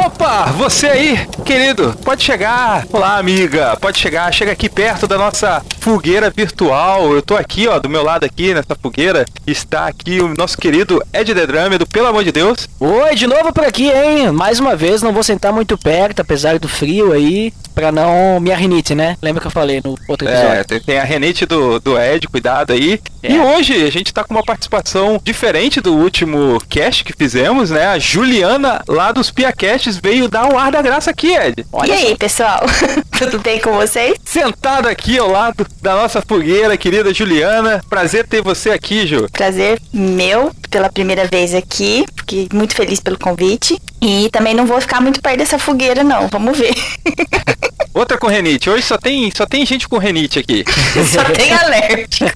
Opa, você aí, querido, pode chegar. Olá, amiga, pode chegar. Chega aqui perto da nossa fogueira virtual. Eu tô aqui, ó, do meu lado aqui, nessa fogueira. Está aqui o nosso querido Ed The Drummer, do Pelo Amor de Deus. Oi, de novo por aqui, hein? Mais uma vez, não vou sentar muito perto, apesar do frio aí, pra não minha rinite, né? Lembra que eu falei no outro episódio? Tem a rinite do Ed, cuidado aí. E hoje a gente tá com uma participação diferente do último cast que fizemos, né? A Juliana, lá dos Piacasts, veio dar o ar da graça aqui, Ed. Olha aí, pessoal? Tudo bem com vocês? Sentada aqui ao lado da nossa fogueira, querida Juliana. Prazer ter você aqui, Ju. Prazer meu, pela primeira vez aqui. Fiquei muito feliz pelo convite. E também não vou ficar muito perto dessa fogueira, não. Vamos ver. Outra com renite. Hoje só tem gente com renite aqui. Só tem alérgico.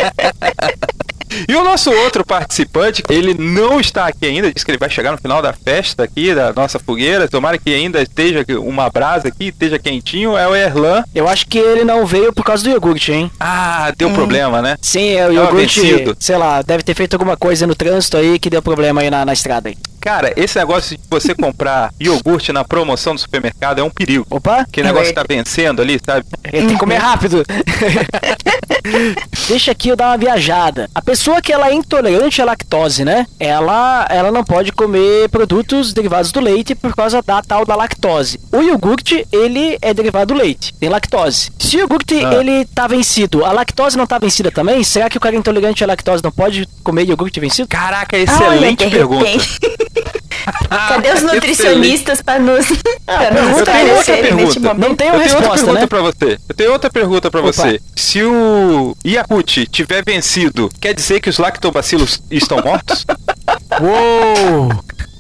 E o nosso outro participante, ele não está aqui ainda, diz que ele vai chegar no final da festa aqui, da nossa fogueira. Tomara que ainda esteja uma brasa aqui, esteja quentinho, é o Erlan. Eu acho que ele não veio por causa do iogurte, hein? Ah, deu problema, né? Sim, o iogurte, sei lá, deve ter feito alguma coisa no trânsito aí que deu problema aí na estrada aí. Cara, esse negócio de você comprar iogurte na promoção do supermercado é um perigo. Opa! Que negócio tá vencendo ali, sabe? Tem que comer rápido. Deixa aqui eu dar uma viajada. A pessoa que ela é intolerante à lactose, né? Ela não pode comer produtos derivados do leite por causa da tal da lactose. O iogurte, ele é derivado do leite. Tem lactose. Se o iogurte, ele tá vencido, a lactose não tá vencida também? Será que o cara intolerante à lactose não pode comer iogurte vencido? Caraca, excelente pergunta. Cadê os nutricionistas para nos esclarecerem neste momento? Não tem uma resposta, né? Eu tenho outra pergunta pra você. Se o Yakult tiver vencido, quer dizer que os lactobacilos estão mortos? Uou!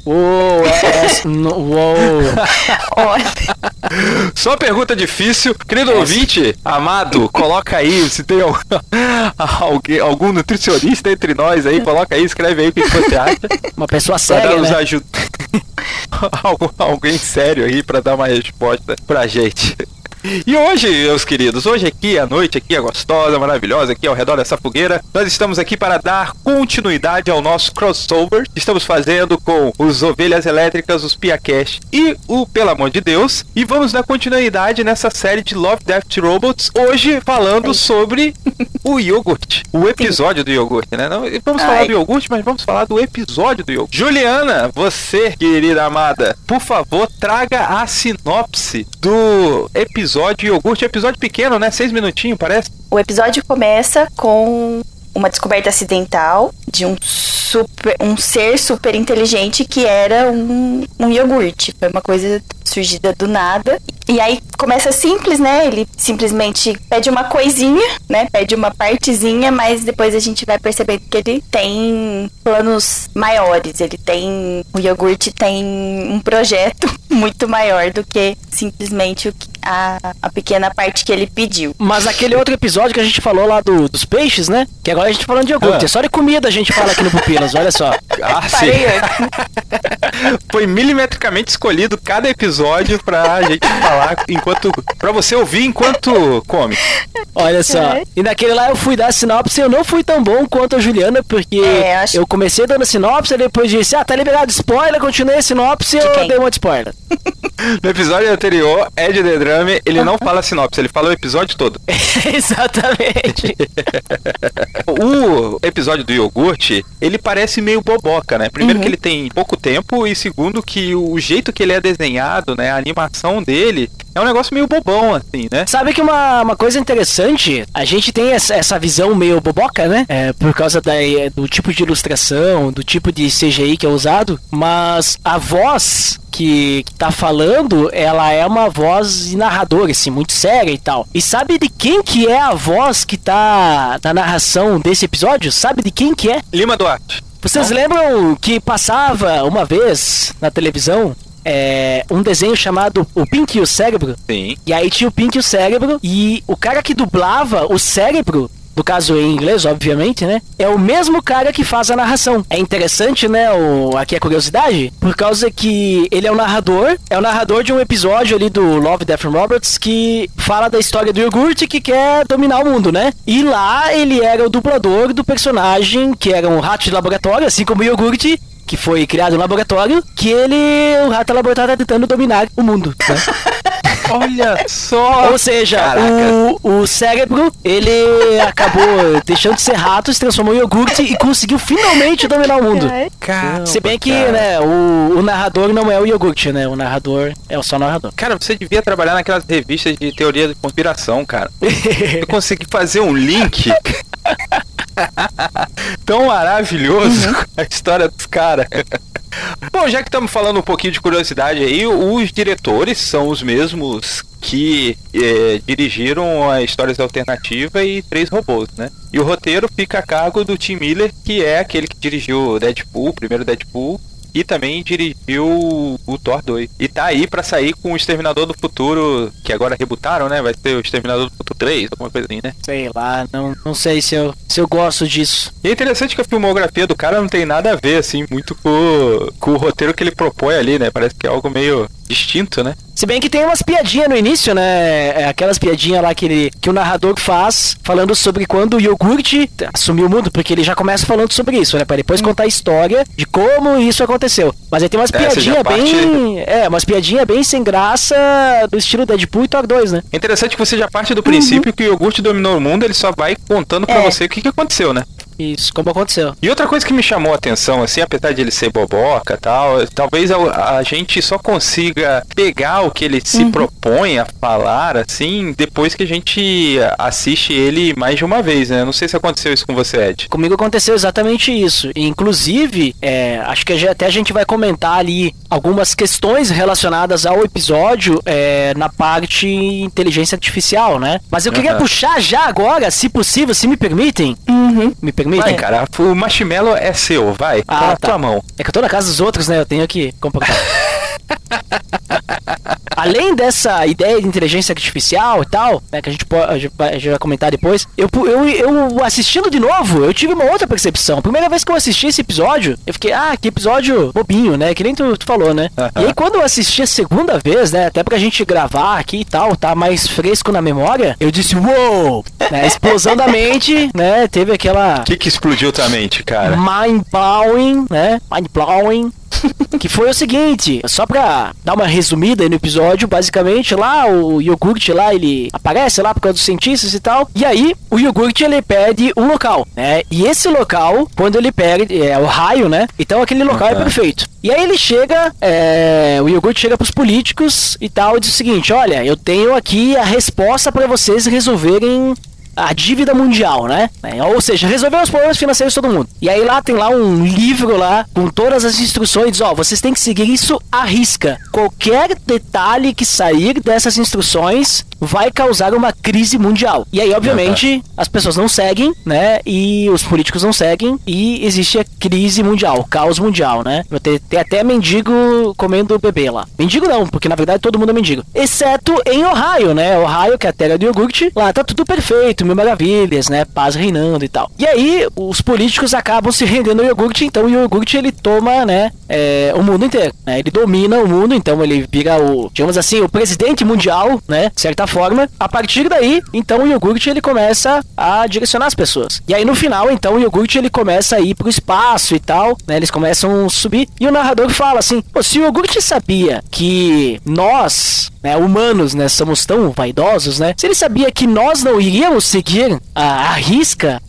Só pergunta difícil. Querido ouvinte, amado, coloca aí, se tem algum nutricionista entre nós aí, coloca aí, escreve aí o que você acha. Uma pessoa séria, nos né? ajuda. Alguém sério aí pra dar uma resposta pra gente. E hoje, meus queridos, hoje aqui, a noite aqui é gostosa, maravilhosa, aqui ao redor dessa fogueira, nós estamos aqui para dar continuidade ao nosso crossover que estamos fazendo com os Ovelhas Elétricas, os Piacast e o Pelo Amor de Deus, e vamos dar continuidade nessa série de Love, Death Robots, hoje falando sobre o iogurte, o episódio do iogurte, né? Não, vamos falar do iogurte, mas vamos falar do episódio do iogurte. Juliana, você, querida amada, por favor, traga a sinopse do episódio iogurte, episódio pequeno, né? 6 minutinhos, parece. O episódio começa com uma descoberta acidental de um ser super inteligente que era um iogurte. Foi uma coisa surgida do nada. E aí começa simples, né? Ele simplesmente pede uma coisinha, né? Pede uma partezinha, mas depois a gente vai percebendo que ele tem planos maiores. O iogurte tem um projeto muito maior do que simplesmente a pequena parte que ele pediu. Mas aquele outro episódio que a gente falou lá dos peixes, né? Que agora a gente tá falando de iogurte. É só de comida a gente fala aqui no Pupilas, olha só. Sim. Foi milimetricamente escolhido cada episódio pra gente falar pra você ouvir enquanto come. Olha só. E naquele lá eu fui dar a sinopse, eu não fui tão bom quanto a Juliana, porque eu comecei dando a sinopse, e depois disse, tá liberado spoiler, continuei a sinopse e eu dei um monte de spoiler. No episódio anterior, Ed The Drummer, ele não fala a sinopse, ele fala o episódio todo. Exatamente. O episódio do iogurte, ele parece meio boboca, né? Primeiro que ele tem pouco tempo e segundo que o jeito que ele é desenhado, né? A animação dele é um negócio meio bobão, assim, né? Sabe que uma coisa interessante, a gente tem essa visão meio boboca, né? Por causa do tipo de ilustração, do tipo de CGI que é usado, mas a voz que tá falando, ela é uma voz de narrador, assim, muito séria e tal. E sabe de quem que é a voz que tá na narração desse episódio? Sabe de quem que é? Lima Duarte. Vocês lembram que passava uma vez na televisão um desenho chamado O Pinky e o Cérebro? Sim. E aí tinha o Pinky e o Cérebro, e o cara que dublava o cérebro, no caso em inglês, obviamente, né? É o mesmo cara que faz a narração. É interessante, né? Aqui a curiosidade, por causa que ele é o narrador de um episódio ali do Love, Death Robots que fala da história do iogurte que quer dominar o mundo, né? E lá ele era o dublador do personagem que era um rato de laboratório, assim como o iogurte, que foi criado no laboratório, que o rato laboratório tá tentando dominar o mundo, né? Olha só! Ou seja, o cérebro, ele acabou deixando de ser rato, se transformou em iogurte e conseguiu finalmente dominar o mundo. Caramba, se bem que, né, o narrador não é o iogurte, né? O narrador é só o narrador. Cara, você devia trabalhar naquelas revistas de teoria de conspiração, cara. Eu consegui fazer um link tão maravilhoso com a história dos caras. Bom, já que estamos falando um pouquinho de curiosidade aí, os diretores são os mesmos que dirigiram a Histórias Alternativas e Três Robôs, né? E o roteiro fica a cargo do Tim Miller, que é aquele que dirigiu Deadpool, o primeiro Deadpool, e também dirigiu o Thor 2. E tá aí pra sair com o Exterminador do Futuro, que agora rebutaram, né? Vai ser o Exterminador do Futuro 3, alguma coisa assim, né? Sei lá, não sei se eu gosto disso. E é interessante que a filmografia do cara não tem nada a ver, assim, muito com o roteiro que ele propõe ali, né? Parece que é algo meio distinto, né? Se bem que tem umas piadinhas no início, né? Aquelas piadinhas lá que o narrador faz, falando sobre quando o iogurte assumiu o mundo, porque ele já começa falando sobre isso, né? Pra depois contar a história de como isso aconteceu. Mas aí tem umas piadinhas bem... umas piadinhas bem sem graça, do estilo Deadpool e Thor 2, né? É interessante que você já parte do princípio que o iogurte dominou o mundo, ele só vai contando pra você o que aconteceu, né? Isso, como aconteceu. E outra coisa que me chamou a atenção, assim, apesar de ele ser boboca e tal, talvez a gente só consiga pegar o que ele se propõe a falar, assim, depois que a gente assiste ele mais de uma vez, né? Não sei se aconteceu isso com você, Ed. Comigo aconteceu exatamente isso. Inclusive, acho que até a gente vai comentar ali algumas questões relacionadas ao episódio na parte inteligência artificial, né? Mas eu queria puxar já agora, se possível, se me permitem. Me permitem? Vai, cara, o marshmallow é seu, vai, tá na tua mão. É que eu tô na casa dos outros, né? Eu tenho que compartilhar. Além dessa ideia de inteligência artificial e tal, né, que a gente vai comentar depois, eu assistindo de novo, eu tive uma outra percepção. A primeira vez que eu assisti esse episódio, eu fiquei, que episódio bobinho, né? Que nem tu falou, né? E aí quando eu assisti a segunda vez, né, até pra gente gravar aqui e tal, tá mais fresco na memória, eu disse, uou! Né, explosão da mente, né? Teve aquela... O que explodiu tua mente, cara? Mind-blowing, né? Mind-blowing. Que foi o seguinte, só pra dar uma resumida aí no episódio, basicamente lá o iogurte lá, ele aparece lá por causa dos cientistas e tal, e aí o iogurte ele pede um local, né, e esse local, quando ele perde, é o raio, né, então aquele local é perfeito. E aí ele chega, o iogurte chega pros políticos e tal, e diz o seguinte, olha, eu tenho aqui a resposta pra vocês resolverem a dívida mundial, né? Ou seja, resolver os problemas financeiros de todo mundo. E aí lá tem lá um livro lá com todas as instruções, diz, vocês têm que seguir isso à risca. Qualquer detalhe que sair dessas instruções vai causar uma crise mundial. E aí, obviamente, as pessoas não seguem, né? E os políticos não seguem e existe a crise mundial, o caos mundial, né? Tem até mendigo comendo bebê lá. Mendigo não, porque na verdade todo mundo é mendigo. Exceto em Ohio, né? Ohio, que é a terra do iogurte, lá tá tudo perfeito, mil maravilhas, né? Paz reinando e tal. E aí, os políticos acabam se rendendo ao iogurte, então o iogurte ele toma, né? O mundo inteiro, né? Ele domina o mundo, então ele vira digamos assim, o presidente mundial, né? De certa forma. A partir daí, então o iogurte ele começa a direcionar as pessoas. E aí no final, então o iogurte ele começa a ir pro espaço e tal, né? Eles começam a subir e o narrador fala assim, se o iogurte sabia que nós, né, humanos, né, somos tão vaidosos, né? Se ele sabia que nós não iríamos seguir a risca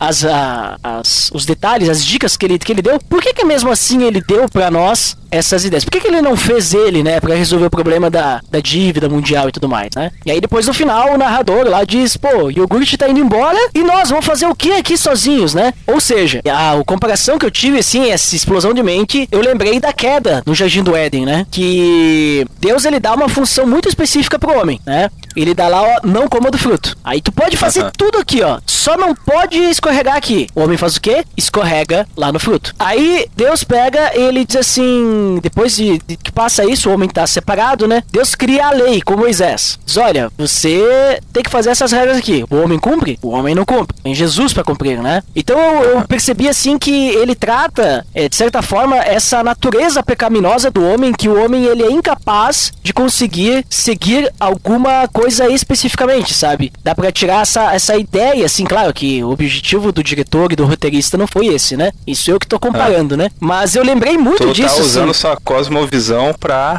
os detalhes, as dicas que ele deu, por que mesmo assim ele deu pra nós essas ideias? Por que ele não fez né, pra resolver o problema da dívida mundial e tudo mais, né? E aí depois no final o narrador lá diz, o iogurte tá indo embora e nós vamos fazer o que aqui sozinhos, né? Ou seja, a comparação que eu tive, assim, essa explosão de mente, eu lembrei da queda no Jardim do Éden, né? Que Deus, ele dá uma função muito específica pro homem, né? Ele dá lá, não coma do fruto. Aí tu pode fazer tudo aqui, só não pode escorregar aqui. O homem faz o quê? Escorrega lá no fruto. Aí Deus pega, ele diz assim, depois de que passa isso, o homem tá separado, né? Deus cria a lei com Moisés. Diz, olha, você tem que fazer essas regras aqui. O homem cumpre? O homem não cumpre. Tem Jesus pra cumprir, né? Então eu percebi assim que ele trata, de certa forma, essa natureza pecaminosa do homem, que o homem ele é incapaz de conseguir seguir seguir alguma coisa especificamente, sabe? Dá pra tirar essa ideia, assim, claro que o objetivo do diretor e do roteirista não foi esse, né? Isso eu que tô comparando, né? Mas eu lembrei muito disso. Tu tá usando sua cosmovisão pra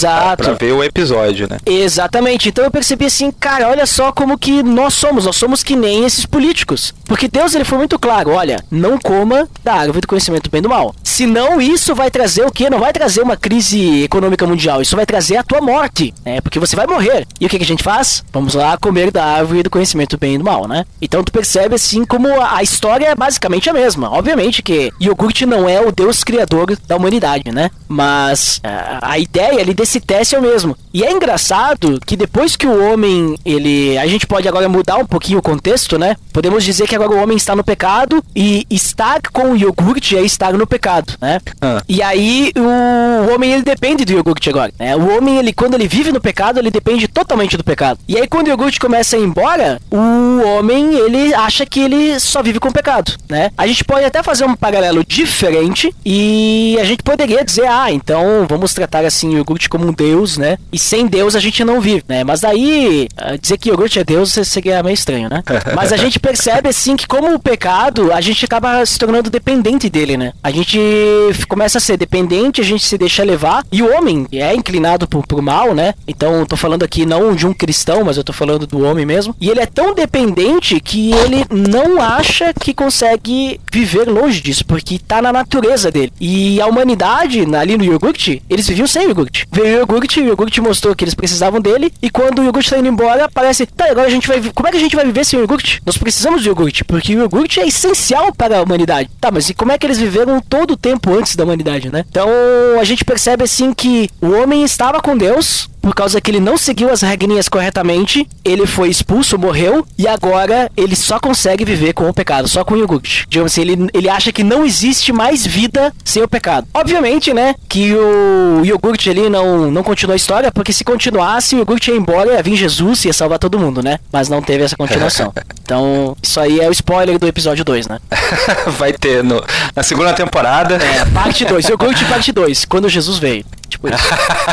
ver o episódio, né? Exatamente. Então eu percebi assim, cara, olha só como que nós somos que nem esses políticos. Porque Deus, ele foi muito claro, olha, não coma da árvore do conhecimento do bem e do mal. Senão isso vai trazer o quê? Não vai trazer uma crise econômica mundial, isso vai trazer a tua morte, né? Porque você vai morrer. E o que a gente faz? Vamos lá comer da árvore do conhecimento do bem e do mal, né? Então tu percebe assim como a história é basicamente a mesma. Obviamente que iogurte não é o Deus criador da humanidade, né? Mas a ideia ali desse teste é o mesmo. E é engraçado que depois que o homem, a gente pode agora mudar um pouquinho o contexto, né? Podemos dizer que agora o homem está no pecado e estar com o iogurte é estar no pecado, né? E aí o homem, ele depende do iogurte agora, né? O homem, quando ele vive no pecado, ele depende totalmente do pecado. E aí quando o iogurte começa a ir embora, o homem, ele acha que ele só vive com o pecado, né? A gente pode até fazer um paralelo diferente e a gente poderia dizer, então vamos tratar assim o iogurte como um Deus, né? E sem Deus a gente não vive, né? Mas daí, dizer que iogurte é Deus seria meio estranho, né? Mas a gente percebe assim que como o pecado, a gente acaba se tornando dependente dele, né? A gente começa a ser dependente, a gente se deixa levar, e o homem é inclinado pro mal, né? Então, tô falando aqui não de um cristão, mas eu tô falando do homem mesmo. E ele é tão dependente que ele não acha que consegue viver longe disso, porque tá na natureza dele. E a humanidade, ali no iogurte, eles viviam sem iogurte. Veio o iogurte mostrou que eles precisavam dele, e quando o iogurte tá indo embora, parece, agora a gente vai... Como é que a gente vai viver sem o iogurte? Nós precisamos do iogurte, porque o iogurte é essencial para a humanidade. Tá, mas e como é que eles viveram todo o tempo antes da humanidade, né? Então, a gente percebe assim que o homem estava com Deus, por causa que ele não seguiu as regrinhas corretamente, ele foi expulso, morreu, e agora ele só consegue viver com o pecado, só com o iogurte. Digamos assim, ele acha que não existe mais vida sem o pecado. Obviamente, né, que o iogurte ali não continuou a história, porque se continuasse, o iogurte ia embora, ia vir Jesus e ia salvar todo mundo, né? Mas não teve essa continuação. Então, isso aí é o spoiler do episódio 2, né? Vai ter na segunda temporada. Parte 2, iogurte parte 2, quando Jesus veio. Tipo isso.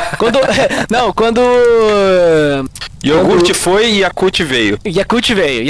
Quando iogurte foi e Yakult veio. Yakult veio.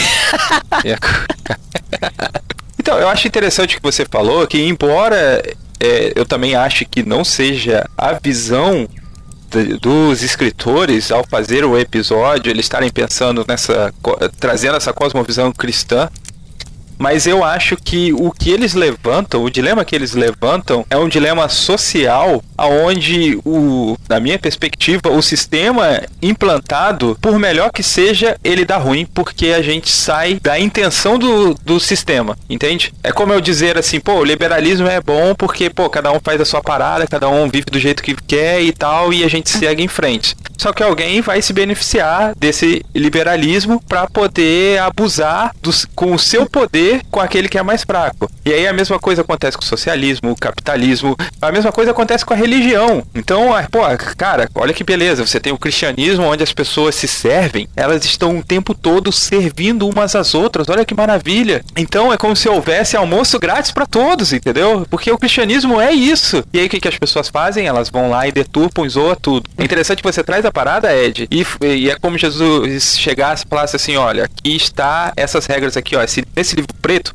Então, eu acho interessante o que você falou, que embora eu também acho que não seja a visão dos escritores ao fazer o episódio, eles estarem pensando trazendo essa cosmovisão cristã, mas eu acho que o que eles levantam, o dilema que eles levantam é um dilema social, onde, na minha perspectiva, o sistema implantado, por melhor que seja, ele dá ruim, porque a gente sai da intenção do sistema, entende? É como eu dizer assim, o liberalismo é bom porque, cada um faz a sua parada, cada um vive do jeito que quer e tal, e a gente segue em frente. Só que alguém vai se beneficiar desse liberalismo para poder abusar com o seu poder com aquele que é mais fraco. E aí a mesma coisa acontece com o socialismo, o capitalismo, a mesma coisa acontece com a religião. Então, cara, olha que beleza, você tem o cristianismo onde as pessoas se servem, elas estão o tempo todo servindo umas às outras, olha que maravilha. Então é como se houvesse almoço grátis para todos, entendeu? Porque o cristianismo é isso. E aí o que as pessoas fazem? Elas vão lá e deturpam, zoam tudo. É interessante que você traz a parada, Ed, e é como Jesus chegasse e falasse assim, olha, aqui está essas regras aqui, ó, nesse livro preto,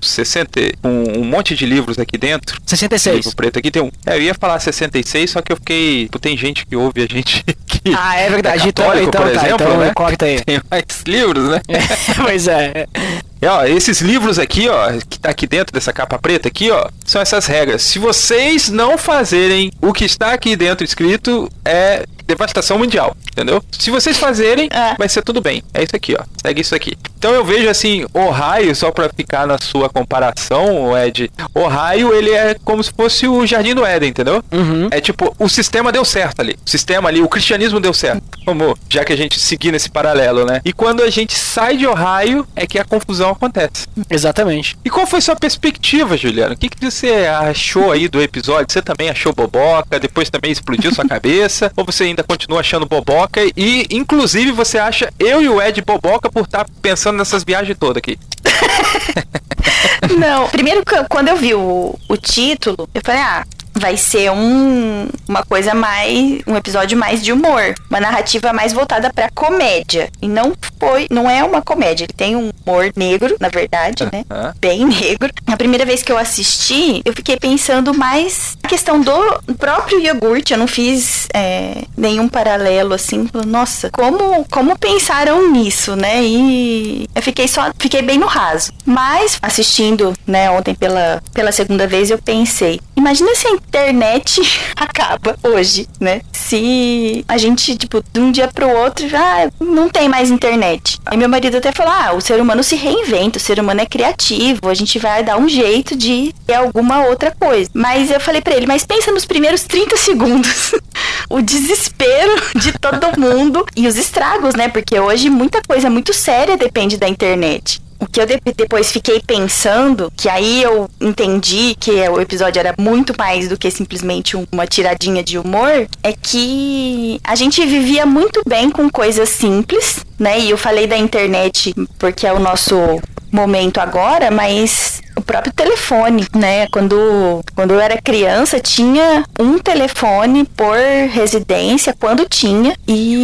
um monte de livros aqui dentro. 66. Livro preto aqui tem um. Eu ia falar 66, só que eu fiquei... Tem gente que ouve a gente que é verdade. É católico, então, por exemplo, então, né? Corta aí. Tem mais livros, né? Pois é. Esses livros aqui, que tá aqui dentro dessa capa preta aqui, são essas regras. Se vocês não fazerem o que está aqui dentro escrito, é devastação mundial, entendeu? Se vocês fazerem, vai ser tudo bem. É isso aqui, segue isso aqui. Então eu vejo assim, Ohio, só pra ficar na sua comparação, Ed, Ohio, ele é como se fosse o Jardim do Éden, entendeu? Uhum. É tipo, o sistema deu certo ali. O sistema ali, o cristianismo deu certo. Vamos, já que a gente seguir nesse paralelo, né? E quando a gente sai de Ohio, é que a confusão acontece. Exatamente. E qual foi sua perspectiva, Juliano? O que você achou aí do episódio? Você também achou boboca? Depois também explodiu sua cabeça? Ou você ainda continua achando boboca? E, inclusive, você acha eu e o Ed boboca por estar pensando nessas viagens todas aqui? Não, primeiro quando eu vi o título, eu falei, vai ser uma coisa mais, um episódio mais de humor, uma narrativa mais voltada pra comédia. E não é uma comédia, ele tem um humor negro, na verdade, né? Bem negro. A primeira vez que eu assisti, eu fiquei pensando mais na questão do próprio iogurte. Eu não fiz nenhum paralelo, assim. Nossa, como pensaram nisso, né? E eu fiquei bem no raso. Mas, assistindo, né, ontem pela segunda vez, eu pensei, imagina se a internet acaba hoje, né? Se a gente, tipo, de um dia pro outro já não tem mais internet. Aí meu marido até falou, o ser humano se reinventa, o ser humano é criativo, a gente vai dar um jeito de ter alguma outra coisa. Mas eu falei pra ele, mas pensa nos primeiros 30 segundos. O desespero de todo mundo e os estragos, né? Porque hoje muita coisa muito séria depende da internet. O que eu depois fiquei pensando, que aí eu entendi que o episódio era muito mais do que simplesmente uma tiradinha de humor, é que a gente vivia muito bem com coisas simples, né? E eu falei da internet porque é o nosso momento agora, mas o próprio telefone, né? Quando eu era criança, tinha um telefone por residência, quando tinha,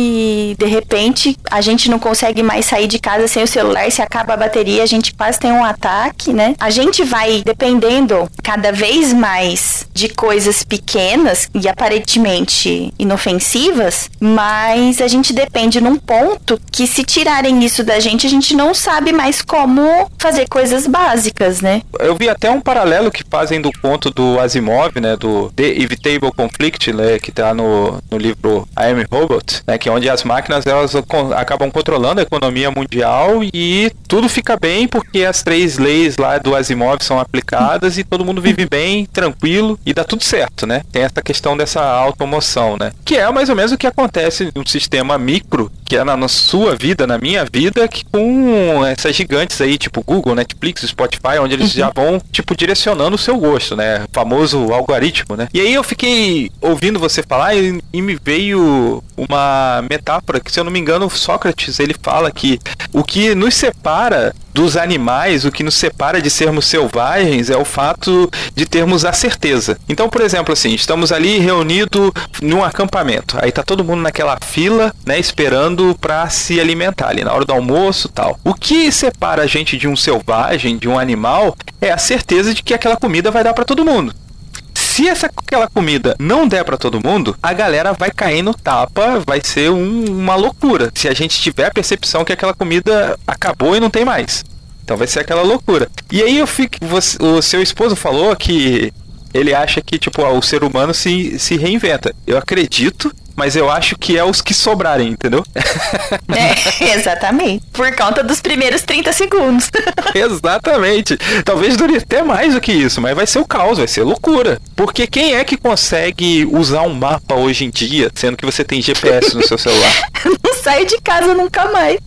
e de repente a gente não consegue mais sair de casa sem o celular, se acaba a bateria, a gente quase tem um ataque, né? A gente vai dependendo cada vez mais de coisas pequenas e aparentemente inofensivas, mas a gente depende num ponto que, se tirarem isso da gente, a gente não sabe mais como fazer coisas básicas, né? Eu vi até um paralelo que fazem do conto do Asimov, né, do The Inevitable Conflict, né, que tá no livro I Am Robot, né, que é onde as máquinas elas acabam controlando a economia mundial e tudo fica bem porque as 3 leis lá do Asimov são aplicadas e todo mundo vive bem, tranquilo e dá tudo certo, né? Tem essa questão dessa automoção, né? Que é mais ou menos o que acontece num sistema micro, que é na sua vida, na minha vida, que com essas gigantes aí, tipo Google, Netflix, Spotify, onde eles já vão, tipo, direcionando o seu gosto, né? O famoso algoritmo, né? E aí eu fiquei ouvindo você falar e me veio uma metáfora que, se eu não me engano, Sócrates, ele fala que o que nos separa dos animais, o que nos separa de sermos selvagens é o fato de termos a certeza. Então, por exemplo, assim, estamos ali reunidos num acampamento, aí tá todo mundo naquela fila, né, esperando pra se alimentar ali na hora do almoço e tal. O que separa a gente de um selvagem, de um animal, é a certeza de que aquela comida vai dar pra todo mundo. Se aquela comida não der pra todo mundo, a galera vai cair no tapa, vai ser uma loucura. Se a gente tiver a percepção que aquela comida acabou e não tem mais. Então vai ser aquela loucura. E aí o seu esposo falou que ele acha que, tipo, o ser humano se reinventa. Eu acredito, mas eu acho que é os que sobrarem, entendeu? Exatamente. Por conta dos primeiros 30 segundos. Exatamente. Talvez dure até mais do que isso, mas vai ser o caos, vai ser loucura. Porque quem é que consegue usar um mapa hoje em dia, sendo que você tem GPS no seu celular? Não saio de casa nunca mais.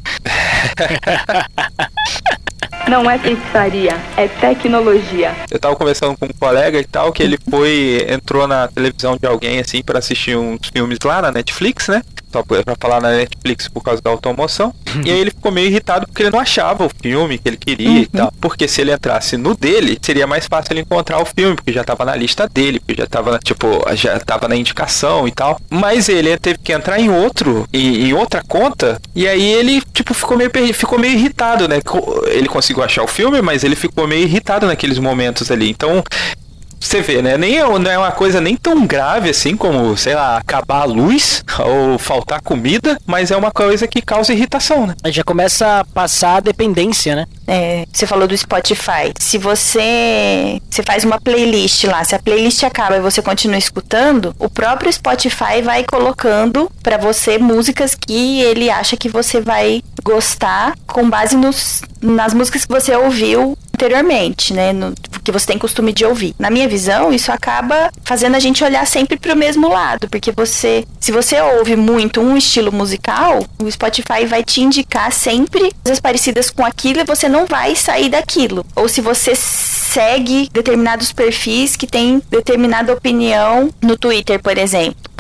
Não é feitiçaria, é tecnologia. Eu tava conversando com um colega e tal, que ele entrou na televisão de alguém, assim, pra assistir uns filmes lá na Netflix, né? Só pra falar na Netflix por causa da automoção. E aí ele ficou meio irritado porque ele não achava o filme que ele queria e tal. Porque se ele entrasse no dele, seria mais fácil ele encontrar o filme, porque já tava na lista dele, porque já tava na indicação e tal. Mas ele teve que entrar em outra conta, e aí ele, tipo, ficou meio irritado, né? Ele conseguiu achar o filme, mas ele ficou meio irritado naqueles momentos ali. Então, você vê, né? Não é uma coisa nem tão grave assim como, sei lá, acabar a luz ou faltar comida, mas é uma coisa que causa irritação, né? Já começa a passar a dependência, né? Você falou do Spotify. Se você faz uma playlist lá, se a playlist acaba e você continua escutando, o próprio Spotify vai colocando pra você músicas que ele acha que você vai gostar com base nas músicas que você ouviu anteriormente, né? Que você tem costume de ouvir. Na minha visão, isso acaba fazendo a gente olhar sempre pro mesmo lado, porque se você ouve muito um estilo musical, o Spotify vai te indicar sempre coisas parecidas com aquilo e você não vai sair daquilo. Ou se você segue determinados perfis que têm determinada opinião no Twitter, por exemplo,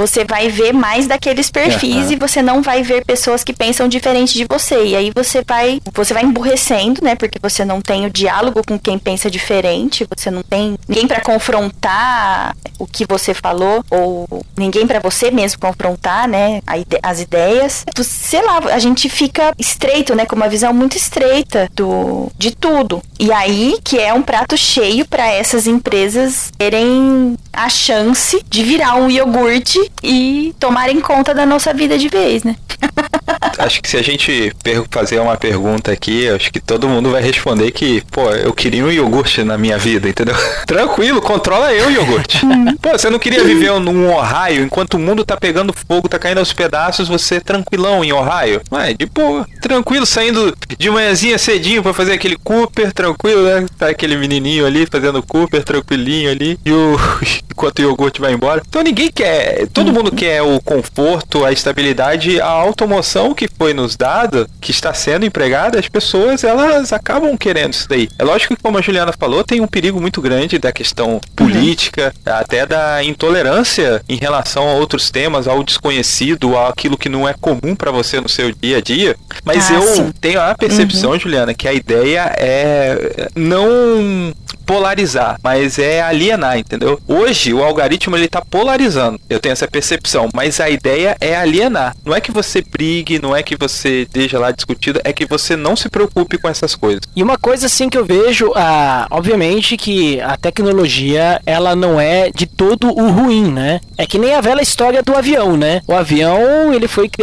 você vai ver mais daqueles perfis e você não vai ver pessoas que pensam diferente de você. E aí você vai emburrecendo, né? Porque você não tem o diálogo com quem pensa diferente, você não tem ninguém pra confrontar o que você falou, ou ninguém pra você mesmo confrontar, né? As ideias. Sei lá, a gente fica estreito, né? Com uma visão muito estreita de tudo. E aí que é um prato cheio pra essas empresas terem a chance de virar um iogurte e tomarem conta da nossa vida de vez, né? Acho que se a gente fazer uma pergunta aqui, acho que todo mundo vai responder que, pô, eu queria um iogurte na minha vida, entendeu? Tranquilo, controla eu o iogurte. Pô, você não queria viver num Ohio enquanto o mundo tá pegando fogo, tá caindo aos pedaços, você tranquilão em Ohio? Ué, de boa, tranquilo, saindo de manhãzinha cedinho pra fazer aquele Cooper, tranquilo, né? Tá aquele menininho ali fazendo Cooper, tranquilinho ali, enquanto o iogurte vai embora. Então ninguém quer, todo mundo quer o conforto, a estabilidade, a automoção que foi nos dada, que está sendo empregada, as pessoas, elas acabam querendo isso daí. É lógico que, como a Juliana falou, tem um perigo muito grande da questão política, até da intolerância em relação a outros temas, ao desconhecido, àquilo que não é comum para você no seu dia a dia. Mas eu tenho a percepção, Juliana, que a ideia é não polarizar, mas é alienar, entendeu? Hoje o algoritmo ele tá polarizando, eu tenho essa percepção, mas a ideia é alienar. Não é que você brigue, não é que você esteja lá discutido, é que você não se preocupe com essas coisas. E uma coisa assim que eu vejo, obviamente que a tecnologia, ela não é de todo o ruim, né? É que nem a velha história do avião, né? O avião, ele foi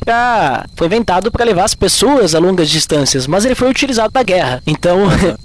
inventado para levar as pessoas a longas distâncias, mas ele foi utilizado na guerra. Então,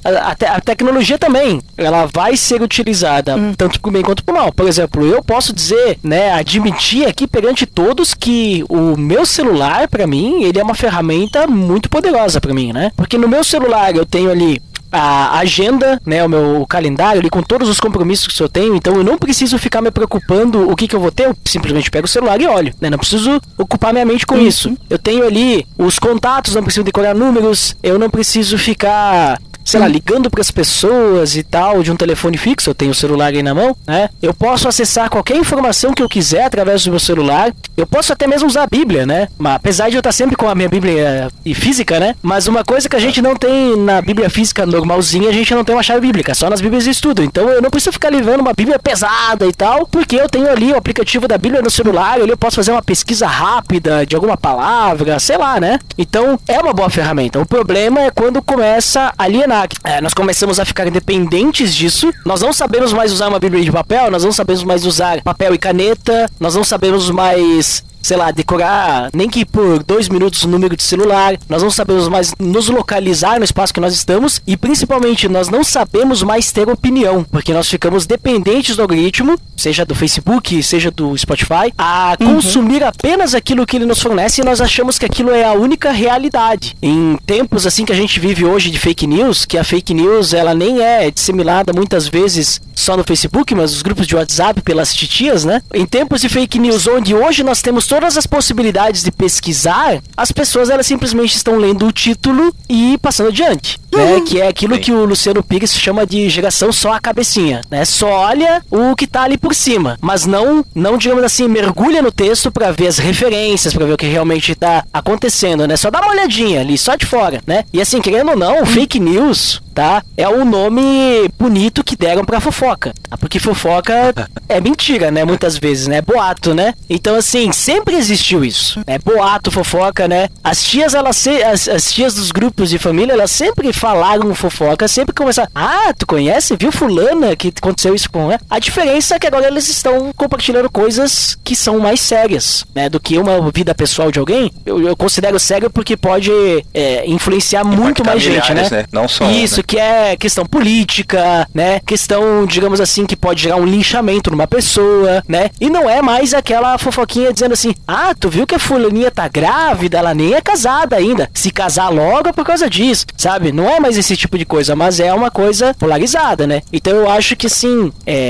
a tecnologia também, ela vai ser utilizada tanto pro bem quanto pro mal. Por exemplo, eu posso dizer, né, admitir aqui perante todos que o meu celular, pra mim, ele é uma ferramenta muito poderosa pra mim, né? Porque no meu celular eu tenho ali a agenda, né, o meu calendário ali com todos os compromissos que eu tenho, então eu não preciso ficar me preocupando o que eu vou ter, eu simplesmente pego o celular e olho, né, não preciso ocupar minha mente com isso. Eu tenho ali os contatos, não preciso decorar números, eu não preciso ficar, sei lá, ligando para as pessoas e tal, de um telefone fixo, eu tenho o celular aí na mão, né? Eu posso acessar qualquer informação que eu quiser através do meu celular, eu posso até mesmo usar a Bíblia, né? Mas, apesar de eu estar sempre com a minha Bíblia física, né? Mas uma coisa que a gente não tem na Bíblia física normalzinha, a gente não tem uma chave bíblica, só nas Bíblias de estudo. Então eu não preciso ficar levando uma Bíblia pesada e tal, porque eu tenho ali o aplicativo da Bíblia no celular, ali eu posso fazer uma pesquisa rápida de alguma palavra, sei lá, né? Então é uma boa ferramenta. O problema é quando começa a alienar. Nós começamos a ficar dependentes disso. Nós não sabemos mais usar uma Bíblia de papel, nós não sabemos mais usar papel e caneta, nós não sabemos mais, sei lá, decorar nem que por 2 minutos o número de celular, nós não sabemos mais nos localizar no espaço que nós estamos e principalmente nós não sabemos mais ter opinião, porque nós ficamos dependentes do algoritmo, seja do Facebook, seja do Spotify, a consumir apenas aquilo que ele nos fornece e nós achamos que aquilo é a única realidade. Em tempos assim que a gente vive hoje de fake news, que a fake news ela nem é disseminada muitas vezes só no Facebook, mas os grupos de WhatsApp pelas titias, né? Em tempos de fake news onde hoje nós temos todas as possibilidades de pesquisar, as pessoas elas simplesmente estão lendo o título e passando adiante, né? Que é aquilo que o Luciano Pires chama de geração só a cabecinha, né? Só olha o que tá ali por cima, mas não digamos assim, mergulha no texto para ver as referências, para ver o que realmente tá acontecendo, né? Só dá uma olhadinha ali, só de fora, né? E assim, querendo ou não, fake news, tá? É um nome bonito que deram pra fofoca. Porque fofoca é mentira, né? Muitas vezes, né? Boato, né? Então, assim, sempre existiu isso. É boato, fofoca, né? As tias, as tias dos grupos de família, elas sempre falaram fofoca, sempre começaram. Ah, tu conhece? Viu fulana que aconteceu isso com ela? A diferença é que agora eles estão compartilhando coisas que são mais sérias, né? Do que uma vida pessoal de alguém. Eu considero sério porque pode influenciar muito mais gente, né? Não só isso, né? Que é questão política, né? Questão, digamos assim, que pode gerar um linchamento numa pessoa, né? E não é mais aquela fofoquinha dizendo assim, ah, tu viu que a fulaninha tá grávida, ela nem é casada ainda. Se casar logo é por causa disso, sabe? Não é mais esse tipo de coisa, mas é uma coisa polarizada, né? Então eu acho que sim,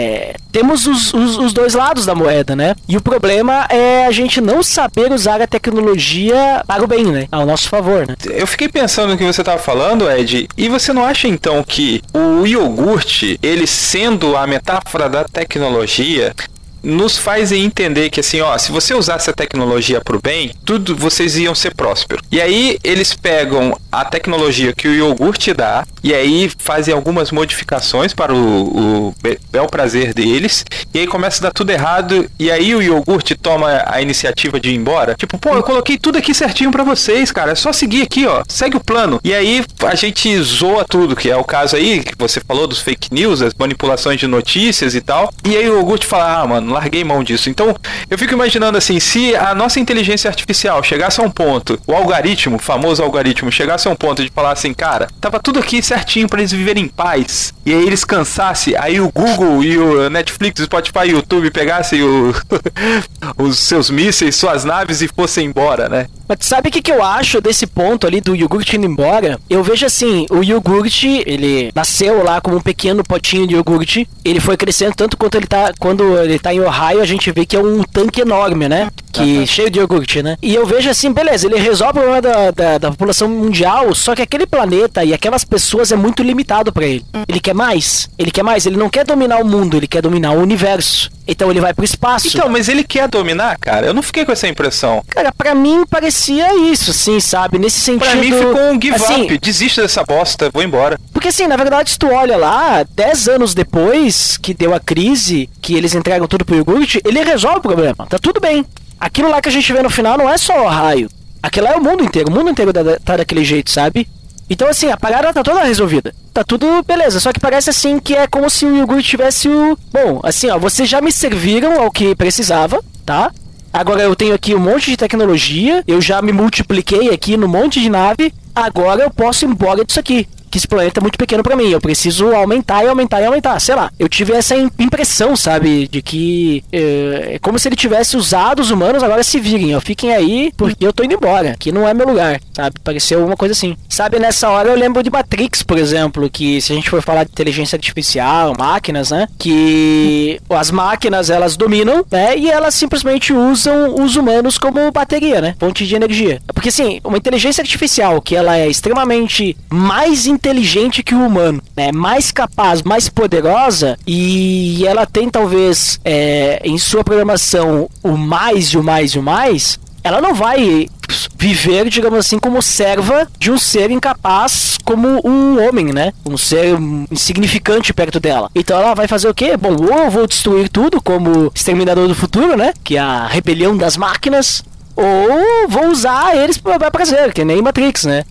temos os dois lados da moeda, né? E o problema é a gente não saber usar a tecnologia para o bem, né? Ao nosso favor, né? Eu fiquei pensando no que você tava falando, Ed, e você não acha então que o iogurte, ele sendo a metáfora da tecnologia, nos fazem entender que assim, ó, se você usasse a tecnologia pro bem, tudo vocês iam ser prósperos. E aí eles pegam a tecnologia que o iogurte dá e aí fazem algumas modificações para o bel prazer deles, e aí começa a dar tudo errado, e aí o iogurte toma a iniciativa de ir embora. Tipo, pô, eu coloquei tudo aqui certinho pra vocês, cara, é só seguir aqui, ó, segue o plano. E aí a gente zoa tudo, que é o caso aí que você falou dos fake news, as manipulações de notícias e tal, e aí o iogurte fala, ah, mano, larguei mão disso. Então, eu fico imaginando assim, se a nossa inteligência artificial chegasse a um ponto, o algoritmo, o famoso algoritmo, chegasse a um ponto de falar assim, cara, tava tudo aqui certinho pra eles viverem em paz, e aí eles cansassem, aí o Google e o Netflix, o Spotify e o YouTube pegassem os seus mísseis, suas naves e fossem embora, né? Mas sabe o que eu acho desse ponto ali do iogurte indo embora? Eu vejo assim, o iogurte, ele nasceu lá como um pequeno potinho de iogurte, ele foi crescendo tanto quanto quando ele tá em Ohio, a gente vê que é um tanque enorme, né? Cheio de iogurte, né? E eu vejo assim, beleza, ele resolve o problema da população mundial, só que aquele planeta e aquelas pessoas é muito limitado pra ele. Ele quer mais, ele não quer dominar o mundo, ele quer dominar o universo. Então ele vai pro espaço. Então, mas ele quer dominar, cara? Eu não fiquei com essa impressão. Cara, pra mim parecia isso, sim, sabe? Nesse sentido... Pra mim ficou um give assim, up. Desista dessa bosta, vou embora. Porque assim, na verdade, se tu olha lá, 10 anos depois que deu a crise, que eles entregam tudo pro iogurte, ele resolve o problema. Tá tudo bem. Aquilo lá que a gente vê no final não é só o raio. Aquilo lá é o mundo inteiro tá daquele jeito, sabe? Então assim, a parada tá toda resolvida. Tá tudo beleza, só que parece assim que é como se o iogurte tivesse o... Bom, assim ó, vocês já me serviram ao que precisava, tá? Agora eu tenho aqui um monte de tecnologia, eu já me multipliquei aqui no monte de nave, agora eu posso ir embora disso aqui. Que esse planeta é muito pequeno pra mim, eu preciso aumentar, sei lá. Eu tive essa impressão, sabe, de que é como se ele tivesse usado os humanos, agora se virem, ó, fiquem aí, porque eu tô indo embora, que não é meu lugar, sabe, pareceu uma coisa assim. Sabe, nessa hora eu lembro de Matrix, por exemplo, que se a gente for falar de inteligência artificial, máquinas, né, que as máquinas, elas dominam, né, e elas simplesmente usam os humanos como bateria, né, fonte de energia. Porque assim, uma inteligência artificial que ela é extremamente mais inteligente que o humano, né? Mais capaz, mais poderosa, e ela tem talvez em sua programação o mais e o mais e o mais, ela não vai viver, digamos assim, como serva de um ser incapaz como um homem, né? Um ser insignificante perto dela. Então ela vai fazer o quê? Bom, ou eu vou destruir tudo como Exterminador do Futuro, né? Que é a rebelião das máquinas, ou vou usar eles pra prazer, que nem Matrix, né?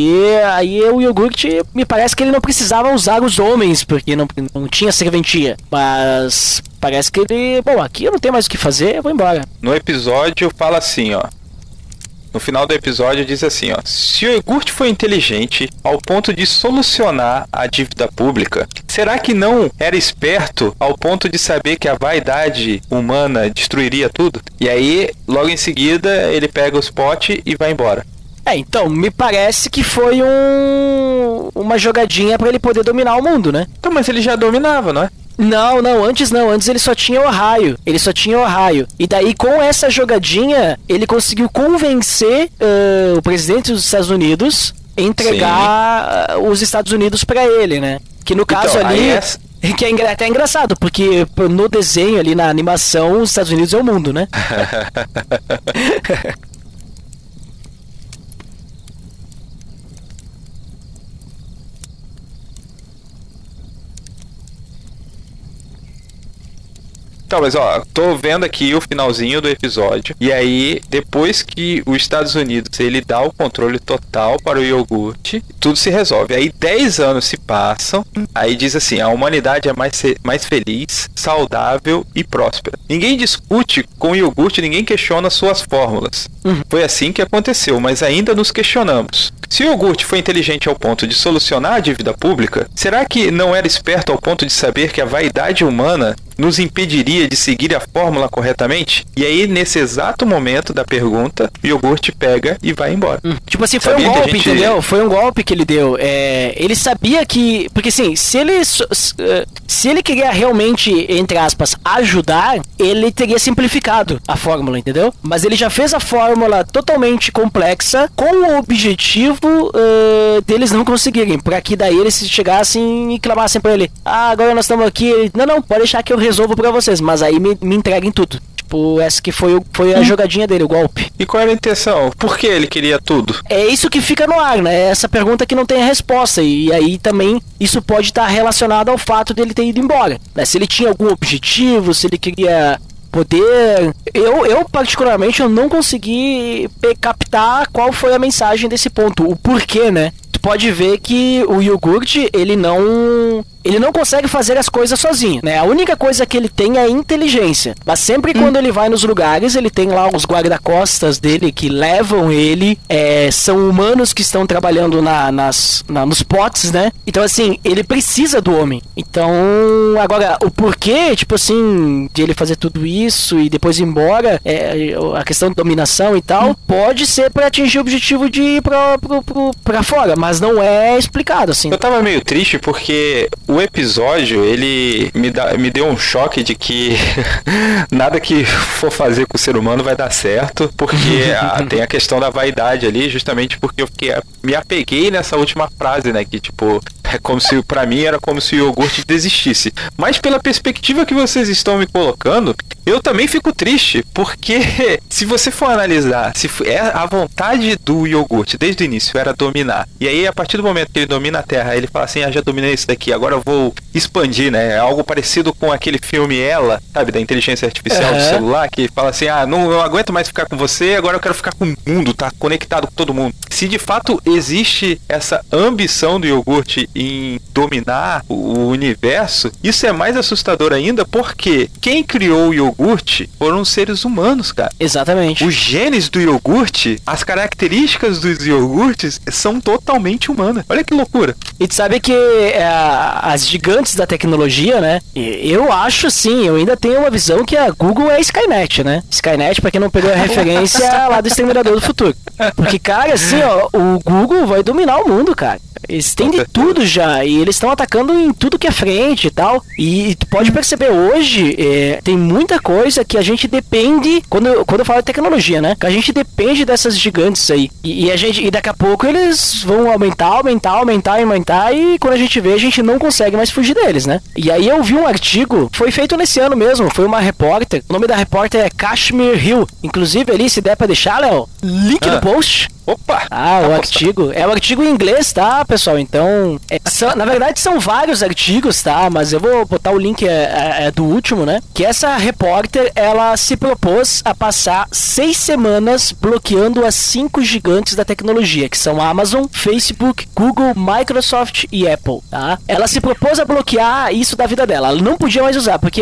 Aí o iogurte, me parece que ele não precisava usar os homens, porque não tinha serventia. Mas parece que ele... Bom, aqui eu não tenho mais o que fazer, eu vou embora. No episódio fala assim, ó. No final do episódio diz assim, ó: se o iogurte foi inteligente ao ponto de solucionar a dívida pública, será que não era esperto ao ponto de saber que a vaidade humana destruiria tudo? E aí, logo em seguida, ele pega os potes e vai embora. Então, me parece que foi uma jogadinha pra ele poder dominar o mundo, né? Então, mas ele já dominava, não é? Antes ele só tinha Ohio. E daí, com essa jogadinha, ele conseguiu convencer o presidente dos Estados Unidos a entregar os Estados Unidos pra ele, né? Que no caso então, ali... Que é até engraçado, porque no desenho ali, na animação, os Estados Unidos é o mundo, né? Então, mas ó, tô vendo aqui o finalzinho do episódio, e aí, depois que os Estados Unidos, ele dá o controle total para o iogurte, tudo se resolve. Aí 10 anos se passam, aí diz assim, a humanidade é mais feliz, saudável e próspera. Ninguém discute com o iogurte, ninguém questiona suas fórmulas. Foi assim que aconteceu, mas ainda nos questionamos. Se o iogurte foi inteligente ao ponto de solucionar a dívida pública, será que não era esperto ao ponto de saber que a vaidade humana nos impediria de seguir a fórmula corretamente? E aí, nesse exato momento da pergunta, o iogurte pega e vai embora. Tipo assim, foi um golpe, entendeu? Foi um golpe que ele deu. Ele sabia que... Porque assim, se ele queria realmente, entre aspas, ajudar, ele teria simplificado a fórmula, entendeu? Mas ele já fez a fórmula totalmente complexa com o objetivo deles não conseguirem, para que daí eles chegassem e clamassem pra ele: agora nós estamos aqui. Não, pode deixar que eu resolvo pra vocês, mas aí me entreguem tudo. Tipo, essa que foi a jogadinha dele, o golpe. E qual era a intenção? Por que ele queria tudo? É isso que fica no ar, né? Essa pergunta que não tem a resposta. E aí também isso pode estar relacionado ao fato dele ter ido embora, né? Se ele tinha algum objetivo, se ele queria poder... Eu particularmente, eu não consegui captar qual foi a mensagem desse ponto. O porquê, né? Tu pode ver que o iogurte, ele não consegue fazer as coisas sozinho, né? A única coisa que ele tem é inteligência. Mas sempre quando ele vai nos lugares, ele tem lá os guarda-costas dele que levam ele. São humanos que estão trabalhando nos potes, né? Então, assim, ele precisa do homem. Então, agora, o porquê, tipo assim, de ele fazer tudo isso e depois ir embora, a questão de dominação e tal, pode ser pra atingir o objetivo de ir pra fora, mas não é explicado, assim. Eu tava meio triste porque o episódio, ele me deu um choque de que nada que for fazer com o ser humano vai dar certo, porque tem a questão da vaidade ali, justamente porque eu me apeguei nessa última frase, né, que tipo, é como se, pra mim, era como se o iogurte desistisse. Mas pela perspectiva que vocês estão me colocando, eu também fico triste, porque se você for analisar, a vontade do iogurte desde o início era dominar, e aí a partir do momento que ele domina a Terra, ele fala assim, já dominei isso daqui, agora eu vou expandir, né? É algo parecido com aquele filme Ela, sabe, da inteligência artificial do celular, que fala assim, não aguento mais ficar com você, agora eu quero ficar com o mundo, tá conectado com todo mundo. Se de fato existe essa ambição do iogurte em dominar o universo, isso é mais assustador ainda, porque quem criou o iogurte foram os seres humanos, cara. Exatamente. Os genes do iogurte, as características dos iogurtes são totalmente humanas. Olha que loucura. E tu sabe que as gigantes da tecnologia, né? Eu acho sim, eu ainda tenho uma visão que a Google é a Skynet, né? Skynet, pra quem não pegou a referência, lá do Exterminador do Futuro. Porque, cara, assim, ó, o Google vai dominar o mundo, cara. Eles têm de tudo já, e eles estão atacando em tudo que é frente e tal. E tu pode perceber hoje, tem muita coisa que a gente depende, quando eu falo de tecnologia, né? Que a gente depende dessas gigantes aí. E daqui a pouco eles vão aumentar, e quando a gente vê, a gente não consegue mais fugir deles, né? E aí eu vi um artigo, foi feito nesse ano mesmo, foi uma repórter, o nome da repórter é Kashmir Hill. Inclusive ali, se der pra deixar, Léo, link no post. Opa! O artigo. É um artigo em inglês, tá, pessoal? Então, na verdade são vários artigos, tá? Mas eu vou botar o link do último, né? Que essa repórter, ela se propôs a passar 6 semanas bloqueando as 5 gigantes da tecnologia, que são Amazon, Facebook, Google, Microsoft e Apple, tá? Ela se propôs a bloquear isso da vida dela. Ela não podia mais usar, porque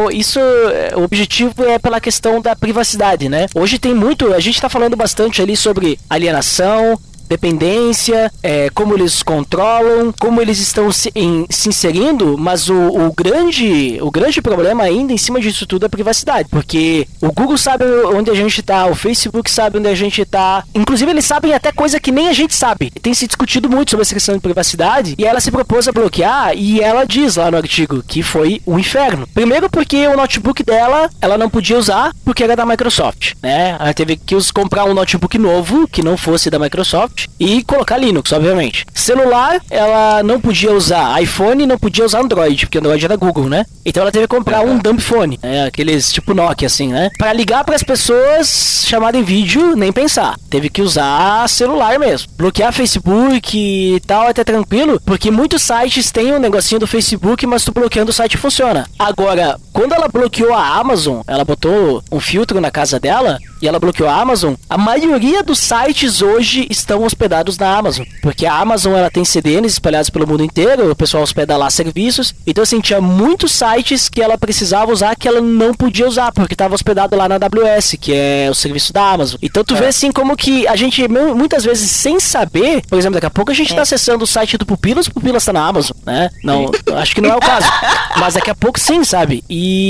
o objetivo é pela questão da privacidade, né? Hoje tem muito, a gente tá falando bastante ali sobre alienação, dependência, como eles controlam, como eles estão se inserindo, mas o grande problema ainda em cima disso tudo é a privacidade, porque o Google sabe onde a gente tá, o Facebook sabe onde a gente tá, inclusive eles sabem até coisa que nem a gente sabe. Tem se discutido muito sobre essa questão de privacidade, e ela se propôs a bloquear, e ela diz lá no artigo que foi um inferno. Primeiro porque o notebook dela, ela não podia usar porque era da Microsoft, né? Ela teve que comprar um notebook novo, que não fosse da Microsoft, e colocar Linux, obviamente. Celular, ela não podia usar iPhone, não podia usar Android, porque Android era Google, né? Então ela teve que comprar um dumb phone, aqueles tipo Nokia, assim, né? Pra ligar pras pessoas, chamada em vídeo, nem pensar. Teve que usar celular mesmo. Bloquear Facebook e tal é até tranquilo, porque muitos sites têm um negocinho do Facebook, mas tu bloqueando o site funciona. Agora, quando ela bloqueou a Amazon, ela botou um filtro na casa dela, e ela bloqueou a Amazon, a maioria dos sites hoje estão hospedados na Amazon, porque a Amazon ela tem CDNs espalhados pelo mundo inteiro, o pessoal hospeda lá serviços, então assim, tinha muitos sites que ela precisava usar que ela não podia usar, porque estava hospedado lá na AWS, que é o serviço da Amazon. Então tu vê assim como que a gente muitas vezes sem saber, por exemplo, daqui a pouco a gente tá acessando o site do Pupilas, o Pupilas tá na Amazon, né? Não, acho que não é o caso, mas daqui a pouco sim, sabe?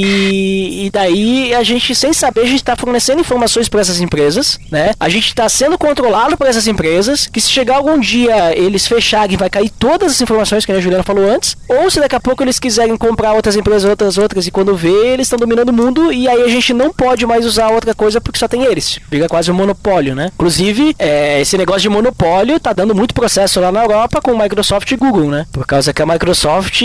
E daí a gente, sem saber, a gente tá fornecendo informações para essas empresas, né? A gente tá sendo controlado por essas empresas, empresas, que se chegar algum dia eles fecharem, vai cair todas as informações que a Juliana falou antes, ou se daqui a pouco eles quiserem comprar outras empresas, outras, e quando vê, eles estão dominando o mundo, e aí a gente não pode mais usar outra coisa porque só tem eles. Fica quase um monopólio, né? Inclusive, esse negócio de monopólio tá dando muito processo lá na Europa com Microsoft e Google, né? Por causa que a Microsoft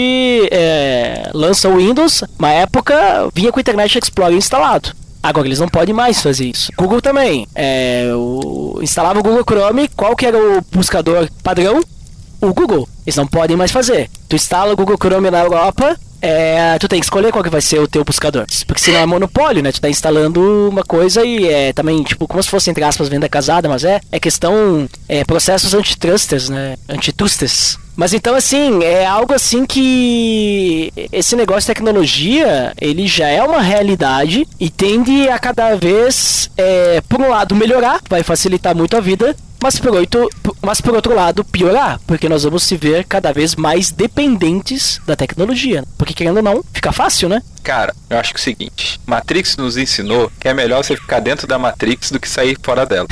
lança o Windows, na época vinha com o Internet Explorer instalado. Agora eles não podem mais fazer isso. Google também. Instalava o Google Chrome, qual que era o buscador padrão? O Google. Eles não podem mais fazer. Tu instala o Google Chrome na Europa, tu tem que escolher qual que vai ser o teu buscador. Porque senão é monopólio, né? Tu tá instalando uma coisa e também, tipo, como se fosse, entre aspas, venda casada, mas é questão, processos antitrusters, né? Antitrustes. Mas então, assim, é algo assim que esse negócio de tecnologia, ele já é uma realidade e tende a cada vez, por um lado, melhorar, vai facilitar muito a vida, mas por outro lado, piorar, porque nós vamos se ver cada vez mais dependentes da tecnologia. Porque, querendo ou não, fica fácil, né? Cara, eu acho que é o seguinte, Matrix nos ensinou que é melhor você ficar dentro da Matrix do que sair fora dela.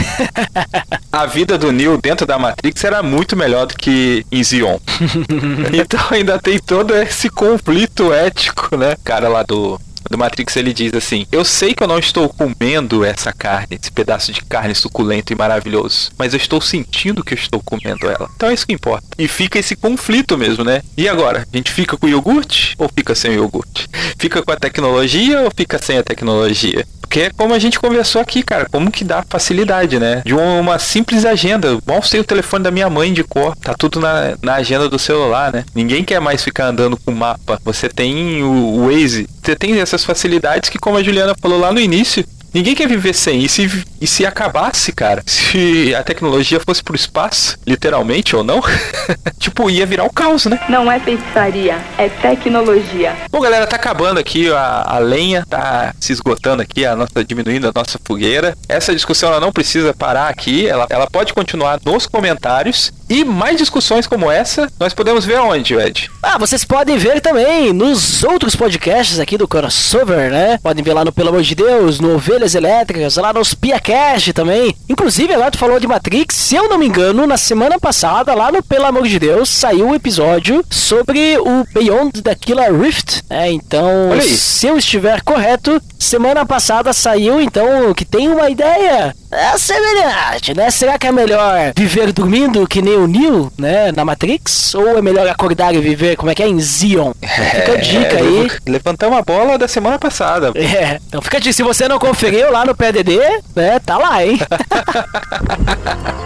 A vida do Neo dentro da Matrix era muito melhor do que em Zion. Então ainda tem todo esse conflito ético, né? O cara lá do Matrix, ele diz assim: eu sei que eu não estou comendo essa carne, esse pedaço de carne suculento e maravilhoso, mas eu estou sentindo que eu estou comendo ela. Então é isso que importa. E fica esse conflito mesmo, né? E agora? A gente fica com o iogurte ou fica sem o iogurte? Fica com a tecnologia ou fica sem a tecnologia? Porque é como a gente conversou aqui, cara, como que dá facilidade, né? De uma simples agenda. Mal sei o telefone da minha mãe de cor, tá tudo na agenda do celular, né? Ninguém quer mais ficar andando com mapa. Você tem o Waze, você tem essas facilidades que, como a Juliana falou lá no início, ninguém quer viver sem. E se acabasse, cara, se a tecnologia fosse pro espaço, literalmente ou não, tipo, ia virar um caos, né? Não é feitiçaria, é tecnologia. Bom, galera, tá acabando aqui a lenha, tá se esgotando aqui, diminuindo a nossa fogueira. Essa discussão, ela não precisa parar aqui, ela pode continuar nos comentários. E mais discussões como essa, nós podemos ver aonde, Ed? Vocês podem ver também nos outros podcasts aqui do Crossover, né? Podem ver lá no Pelo Amor de Deus, no Ovelhas Elétricas, lá nos PiaCast também. Inclusive, agora tu falou de Matrix, se eu não me engano, na semana passada, lá no Pelo Amor de Deus, saiu um episódio sobre o Beyond the Killer Rift. Então, se eu estiver correto, semana passada saiu, então, que tem uma ideia semelhante, né? Será que é melhor viver dormindo que nem o Neo, né, na Matrix? Ou é melhor acordar e viver, como é que é, em Zion? Fica a dica aí. Levantamos a bola da semana passada. Então fica a dica, se você não conferiu lá no PDD, né, tá lá, hein?